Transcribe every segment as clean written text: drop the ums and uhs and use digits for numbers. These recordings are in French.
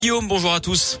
Guillaume, bonjour à tous.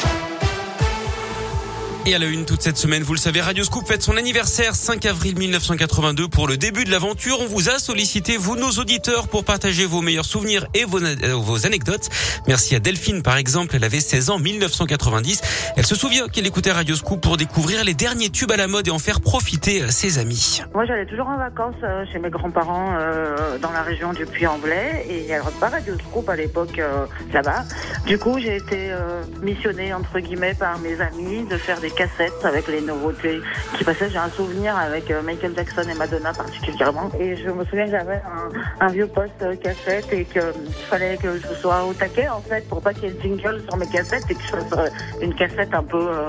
Et à la une toute cette semaine, vous le savez, Radio Scoop fête son anniversaire 5 avril 1982. Pour le début de l'aventure, on vous a sollicité, vous nos auditeurs, pour partager vos meilleurs souvenirs et vos anecdotes. Merci à Delphine par exemple, elle avait 16 ans en 1990. Elle se souvient qu'elle écoutait Radio Scoop pour découvrir les derniers tubes à la mode et en faire profiter ses amis. Moi j'allais toujours en vacances chez mes grands-parents dans la région du Puy-en-Velay et il n'y avait pas Radio Scoop à l'époque là-bas. Du coup j'ai été missionnée entre guillemets par mes amis de faire des cassettes avec les nouveautés qui passaient. J'ai un souvenir avec Michael Jackson et Madonna particulièrement. Et je me souviens que j'avais un vieux poste cassette et qu'il fallait que je sois au taquet en fait pour pas qu'il y ait de jingle sur mes cassettes et que je fasse une cassette un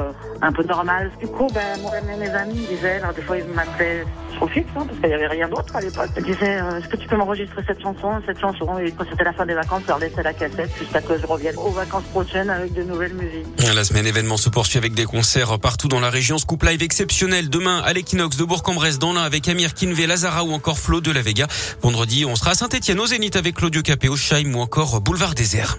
peu normale. Du coup, moi et mes amis me disaient, alors des fois ils m'appelaient sur fixe parce qu'il n'y avait rien d'autre à l'époque. Ils disaient, est-ce que tu peux m'enregistrer cette chanson et quand c'était la fin des vacances, je leur laissais la cassette jusqu'à ce que je revienne aux vacances prochaines avec de nouvelles musiques. La semaine événement se poursuit avec des concerts partout dans la région. Scoop Live exceptionnel demain à l'Equinox de Bourg-en-Bresse dans l'Ain avec Amir Kinvé, Lazara ou encore Flo de la Vega. Vendredi, on sera à Saint-Etienne au Zénith avec Claudio Capéo, Scheim ou encore Boulevard Désert.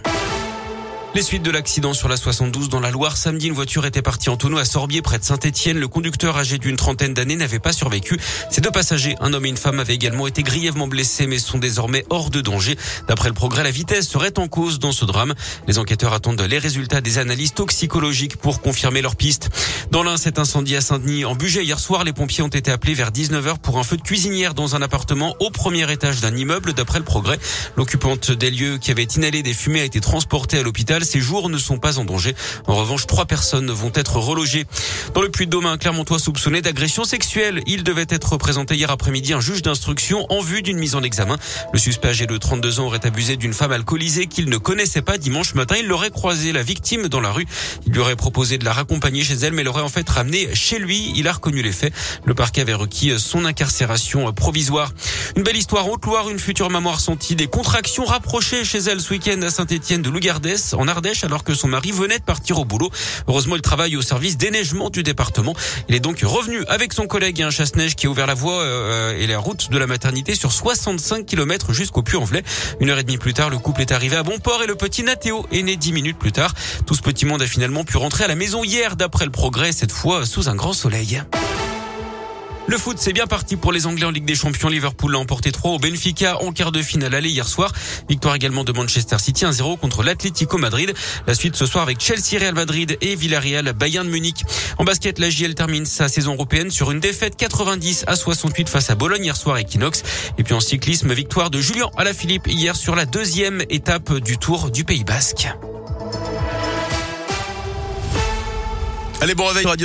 Les suites de l'accident sur la 72 dans la Loire. Samedi, une voiture était partie en tonneau à Sorbier près de Saint-Etienne. Le conducteur âgé d'une trentaine d'années n'avait pas survécu. Ces deux passagers, un homme et une femme, avaient également été grièvement blessés mais sont désormais hors de danger. D'après le Progrès, la vitesse serait en cause dans ce drame. Les enquêteurs attendent les résultats des analyses toxicologiques pour confirmer leur piste. Dans l'Ain, cet incendie à Saint-Denis en Bugey. Hier soir, les pompiers ont été appelés vers 19h pour un feu de cuisinière dans un appartement au premier étage d'un immeuble. D'après le Progrès, l'occupante des lieux qui avait inhalé des fumées a été transportée à l'hôpital. Ses jours ne sont pas en danger. En revanche, 3 personnes vont être relogées. Dans le Puy-de-Dôme, un Clermontois soupçonné d'agression sexuelle. Il devait être présenté hier après-midi à un juge d'instruction en vue d'une mise en examen. Le suspect âgé de 32 ans aurait abusé d'une femme alcoolisée qu'il ne connaissait pas. Dimanche matin, il l'aurait croisé la victime dans la rue. Il lui aurait proposé de la raccompagner chez elle, mais l'aurait en fait ramenée chez lui. Il a reconnu les faits. Le parquet avait requis son incarcération provisoire. Une belle histoire en Haute-Loire. Une future maman a ressenti des contractions rapprochées chez elle ce week-end à Saint-Etienne de Lougardès, en Ardèche, alors que son mari venait de partir au boulot. Heureusement, il travaille au service déneigement du département. Il est donc revenu avec son collègue et un chasse-neige qui a ouvert la voie et la route de la maternité sur 65 km jusqu'au Puy-en-Velay. 1h30 plus tard, le couple est arrivé à Bonport et le petit Nathéo est né 10 minutes plus tard. Tout ce petit monde a finalement pu rentrer à la maison hier d'après le Progrès, cette fois sous un grand soleil. Le foot, c'est bien parti pour les Anglais en Ligue des Champions. Liverpool l'a emporté 3 au Benfica en quart de finale aller hier soir. Victoire également de Manchester City 1-0 contre l'Atlético Madrid. La suite ce soir avec Chelsea, Real Madrid et Villarreal, Bayern Munich. En basket, la JL termine sa saison européenne sur une défaite 90-68 face à Bologne hier soir à Equinox. Et puis en cyclisme, victoire de Julien Alaphilippe hier sur la deuxième étape du Tour du Pays Basque. Allez, bon réveil.